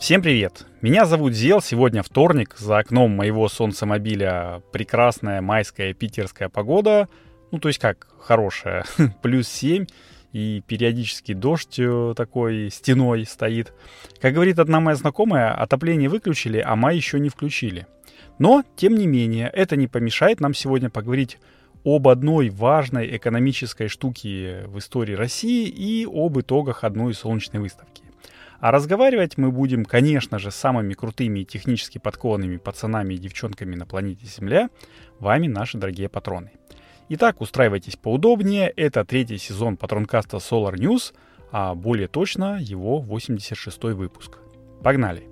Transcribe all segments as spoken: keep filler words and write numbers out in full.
Всем привет! Меня зовут Зел, сегодня вторник, за окном моего солнцемобиля прекрасная майская питерская погода, ну то есть как, хорошая, плюс семь, и периодически дождь такой стеной стоит. Как говорит одна моя знакомая, отопление выключили, а май еще не включили. Но, тем не менее, это не помешает нам сегодня поговорить об одной важной экономической штуке в истории России и об итогах одной солнечной выставки. А разговаривать мы будем, конечно же, с самыми крутыми и технически подкованными пацанами и девчонками на планете Земля, вами, наши дорогие патроны. Итак, устраивайтесь поудобнее, это третий сезон патронкаста Solar News, а более точно его восемьдесят шестой выпуск. Погнали!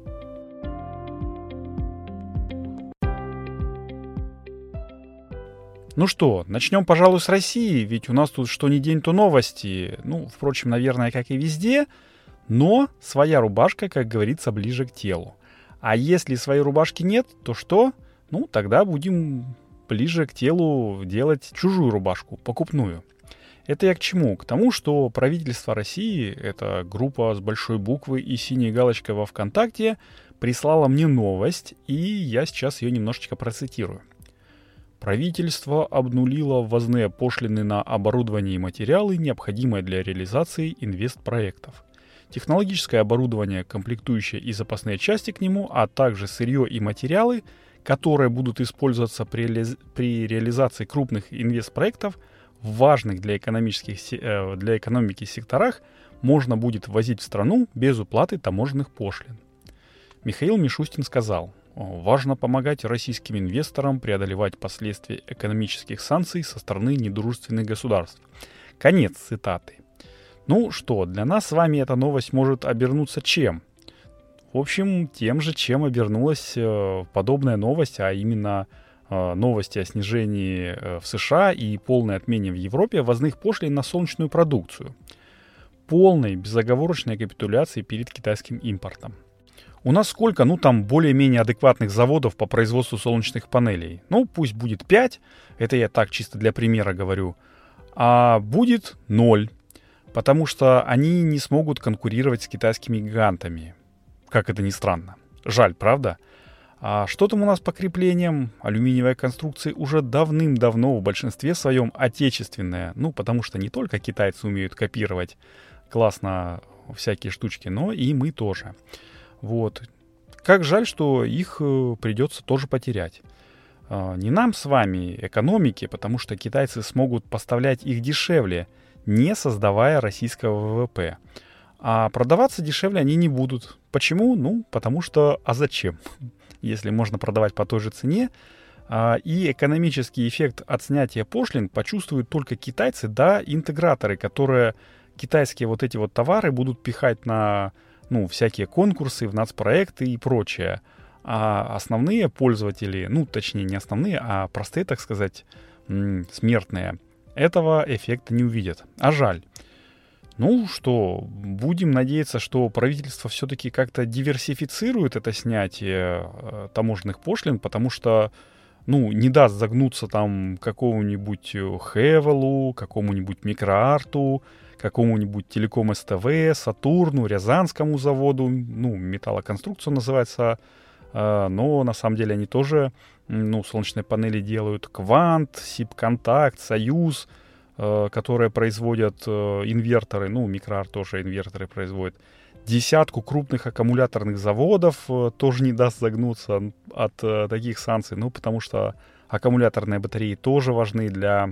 Ну что, начнем, пожалуй, с России, ведь у нас тут что ни день, то новости. Ну, впрочем, наверное, как и везде, но своя рубашка, как говорится, ближе к телу. А если своей рубашки нет, то что? Ну, тогда будем ближе к телу делать чужую рубашку, покупную. Это я к чему? К тому, что правительство России, это группа с большой буквы и синей галочкой во ВКонтакте, прислала мне новость, и я сейчас ее немножечко процитирую. Правительство обнулило ввозные пошлины на оборудование и материалы, необходимые для реализации инвестпроектов. Технологическое оборудование, комплектующие и запасные части к нему, а также сырье и материалы, которые будут использоваться при, реали... при реализации крупных инвестпроектов в важных для, экономических, э, для экономики секторах, можно будет ввозить в страну без уплаты таможенных пошлин. Михаил Мишустин сказал: «Важно помогать российским инвесторам преодолевать последствия экономических санкций со стороны недружественных государств». Конец цитаты. Ну что, для нас с вами эта новость может обернуться чем? В общем, тем же, чем обернулась э, подобная новость, а именно э, новости о снижении э, в США и полной отмене в Европе ввозных пошлин на солнечную продукцию. Полной безоговорочной капитуляции перед китайским импортом. У нас сколько? Ну, там более-менее адекватных заводов по производству солнечных панелей. Ну, пусть будет пять, это я так чисто для примера говорю, а будет ноль. Потому что они не смогут конкурировать с китайскими гигантами. Как это ни странно. Жаль, правда? А что там у нас по креплениям? Алюминиевые конструкции уже давным-давно в большинстве своем отечественные. Ну, потому что не только китайцы умеют копировать классно всякие штучки, но и мы тоже. Вот. Как жаль, что их придется тоже потерять. Не нам с вами, экономике, потому что китайцы смогут поставлять их дешевле, не создавая российского ВВП. А продаваться дешевле они не будут. Почему? Ну, потому что... А зачем? Если можно продавать по той же цене. А, и экономический эффект от снятия пошлин почувствуют только китайцы, да, интеграторы, которые китайские вот эти вот товары будут пихать на, ну, всякие конкурсы, в нацпроекты и прочее. А основные пользователи, ну, точнее, не основные, а простые, так сказать, м- смертные, этого эффекта не увидят. А жаль. Ну что, будем надеяться, что правительство все-таки как-то диверсифицирует это снятие э, таможенных пошлин, потому что, ну, не даст загнуться там какому-нибудь Хевелу, какому-нибудь Микроарту, какому-нибудь Телеком СТВ, Сатурну, Рязанскому заводу, ну, металлоконструкция называется, э, но на самом деле они тоже, ну, солнечные панели делают, Квант, Сибконтакт, Союз, э, которые производят э, инверторы, ну, Микроарт тоже инверторы производит. Десятку крупных аккумуляторных заводов э, тоже не даст загнуться от э, таких санкций, ну, потому что аккумуляторные батареи тоже важны для,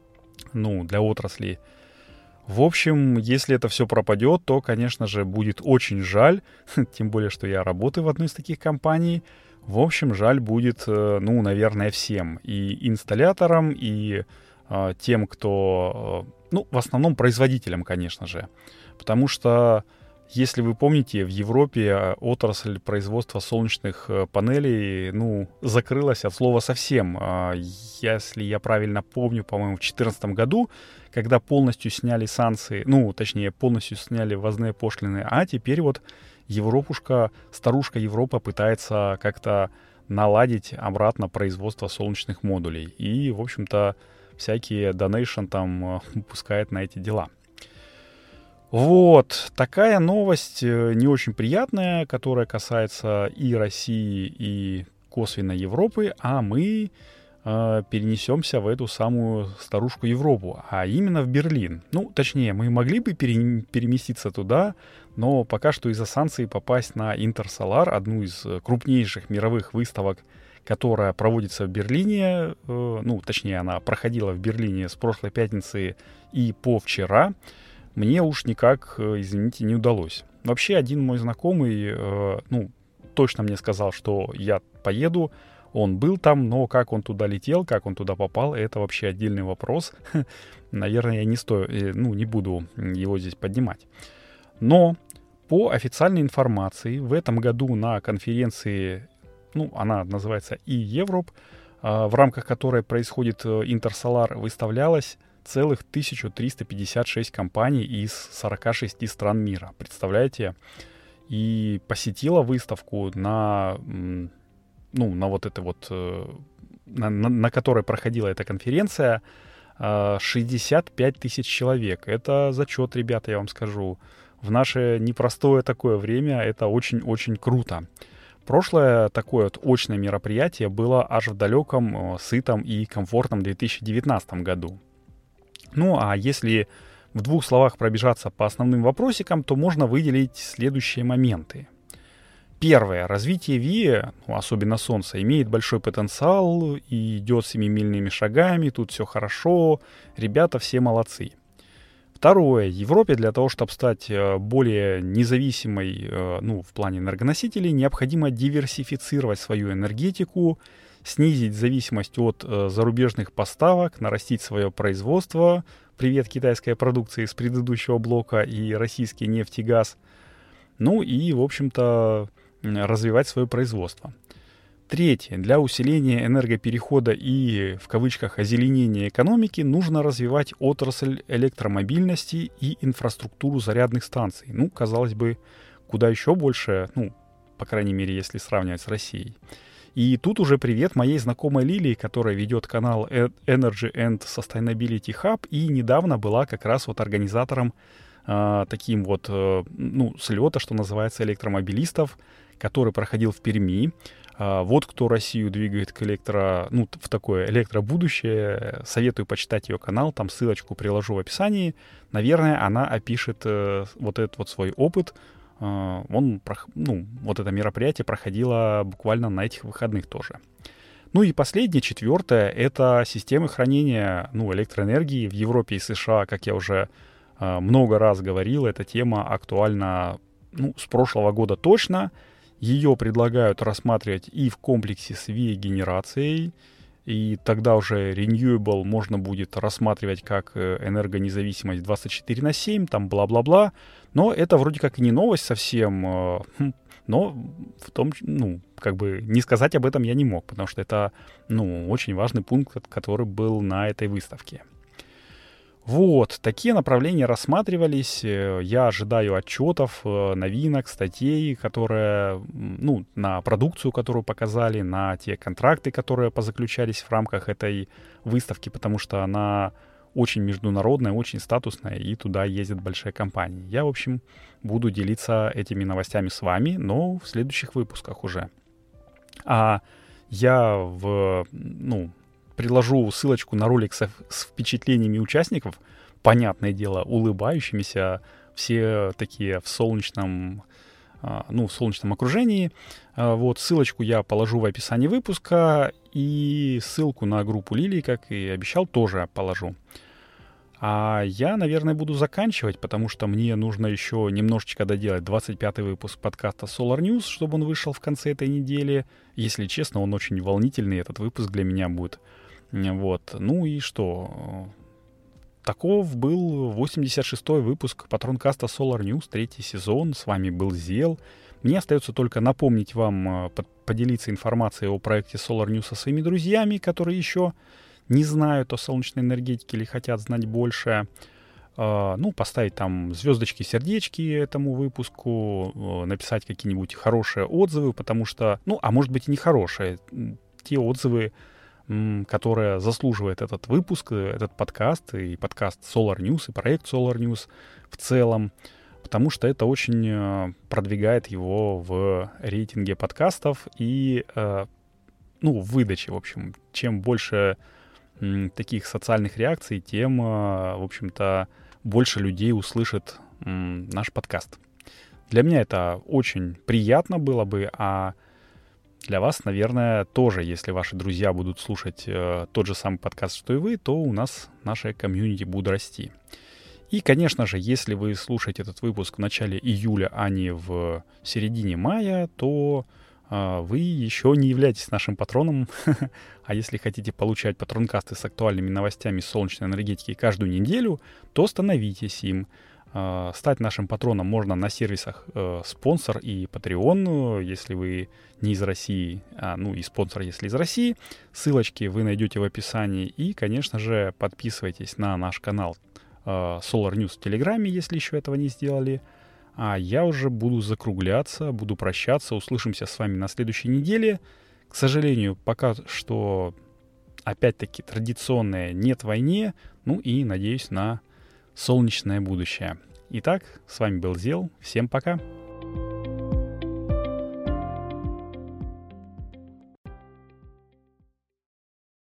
ну, для отрасли. В общем, если это все пропадет, то, конечно же, будет очень жаль, тем более, что я работаю в одной из таких компаний. В общем, жаль будет, ну, наверное, всем. И инсталляторам, и э, тем, кто... Э, ну, в основном производителям, конечно же. Потому что, если вы помните, в Европе отрасль производства солнечных панелей, ну, закрылась от слова совсем. Если я правильно помню, по-моему, в две тысячи четырнадцатом году, когда полностью сняли санкции, ну, точнее, полностью сняли ввозные пошлины, а теперь вот Европушка, старушка Европа пытается как-то наладить обратно производство солнечных модулей. И, в общем-то, всякие донейшн там пускает на эти дела. Вот, такая новость не очень приятная, которая касается и России, и косвенно Европы, а мы э, перенесемся в эту самую старушку Европу, а именно в Берлин. Ну, точнее, мы могли бы пере- переместиться туда, но пока что из-за санкций попасть на Интерсолар, одну из крупнейших мировых выставок, которая проводится в Берлине, э, ну, точнее, она проходила в Берлине с прошлой пятницы и по вчера, мне уж никак, извините, не удалось. Вообще, один мой знакомый, э, ну, точно мне сказал, что я поеду. Он был там, но как он туда летел, как он туда попал, это вообще отдельный вопрос. Наверное, я не стою, ну, не буду его здесь поднимать. Но по официальной информации в этом году на конференции, ну, она называется e-Europe, э, в рамках которой происходит Интерсолар, выставлялась целых тысяча триста пятьдесят шесть компаний из сорока шести стран мира. Представляете? И посетила выставку на, ну, на вот это вот, на, на, на которой проходила эта конференция, шестьдесят пять тысяч человек. Это зачет, ребята, я вам скажу. В наше непростое такое время это очень-очень круто. Прошлое такое вот очное мероприятие было аж в далеком, сытом и комфортном две тысячи девятнадцатом году. Ну, а если в двух словах пробежаться по основным вопросикам, то можно выделить следующие моменты. Первое. Развитие ви, ну, особенно Солнца, имеет большой потенциал и идет семимильными шагами, тут все хорошо, ребята все молодцы. Второе. Европе для того, чтобы стать более независимой, ну, в плане энергоносителей, необходимо диверсифицировать свою энергетику, снизить зависимость от э, зарубежных поставок, нарастить свое производство. Привет китайской продукции с предыдущего блока и российский нефть и газ. Ну и, в общем-то, развивать свое производство. Третье. Для усиления энергоперехода и, в кавычках, озеленения экономики нужно развивать отрасль электромобильности и инфраструктуру зарядных станций. Ну, казалось бы, куда еще больше, ну, по крайней мере, если сравнивать с Россией. И тут уже привет моей знакомой Лилии, которая ведет канал Energy and Sustainability Hub и недавно была как раз вот организатором э, таким вот, э, ну, слета, что называется, электромобилистов, который проходил в Перми. Э, вот кто Россию двигает к электро, ну, в такое электробудущее. Советую почитать ее канал, там ссылочку приложу в описании. Наверное, она опишет э, вот этот вот свой опыт. Он, ну, вот это мероприятие проходило буквально на этих выходных тоже. Ну и последнее, четвертое, это системы хранения, ну, электроэнергии в Европе и США, как я уже э, много раз говорил, эта тема актуальна, ну, с прошлого года точно. Ее предлагают рассматривать и в комплексе с ви ай-генерацией, и тогда уже Renewable можно будет рассматривать как энергонезависимость двадцать четыре на семь, там бла-бла-бла. Но это вроде как и не новость совсем, но в том, ну, как бы не сказать об этом я не мог, потому что это, ну, очень важный пункт, который был на этой выставке. Вот, такие направления рассматривались. Я ожидаю отчетов, новинок, статей, которые, ну, на продукцию, которую показали, на те контракты, которые позаключались в рамках этой выставки, потому что она очень международная, очень статусная, и туда ездят большие компании. Я, в общем, буду делиться этими новостями с вами, но в следующих выпусках уже. А я в, ну, приложу ссылочку на ролик со, с впечатлениями участников, понятное дело, улыбающимися, все такие в солнечном, ну, в солнечном окружении. Вот, ссылочку я положу в описании выпуска, и ссылку на группу Лилии, как и обещал, тоже положу. А я, наверное, буду заканчивать, потому что мне нужно еще немножечко доделать двадцать пятый выпуск подкаста Solar News, чтобы он вышел в конце этой недели. Если честно, он очень волнительный, этот выпуск для меня будет. Вот. Ну и что? Таков был восемьдесят шестой выпуск патронкаста Solar News, третий сезон. С вами был Зел. Мне остается только напомнить вам, поделиться информацией о проекте Solar News со своими друзьями, которые еще не знают о солнечной энергетике или хотят знать больше. Ну, поставить там звездочки, сердечки этому выпуску, написать какие-нибудь хорошие отзывы, потому что, ну, а может быть и не хорошие. Те отзывы, которая заслуживает этот выпуск, этот подкаст, и подкаст Solar News, и проект Solar News в целом, потому что это очень продвигает его в рейтинге подкастов и, ну, в выдаче, в общем. Чем больше таких социальных реакций, тем, в общем-то, больше людей услышит наш подкаст. Для меня это очень приятно было бы, а для вас, наверное, тоже, если ваши друзья будут слушать э, тот же самый подкаст, что и вы, то у нас наша комьюнити будет расти. И, конечно же, если вы слушаете этот выпуск в начале июля, а не в середине мая, то э, вы еще не являетесь нашим патроном. А если хотите получать патронкасты с актуальными новостями солнечной энергетики каждую неделю, то становитесь им. Стать нашим патроном можно на сервисах э, спонсор и Patreon, если вы не из России, а, ну и спонсор, если из России. Ссылочки вы найдете в описании. И, конечно же, подписывайтесь на наш канал э, Solar News в Телеграме, если еще этого не сделали. А я уже буду закругляться, буду прощаться. Услышимся с вами на следующей неделе. К сожалению, пока что, опять-таки, традиционное «нет войне». Ну и надеюсь на солнечное будущее. Итак, с вами был Зел. Всем пока.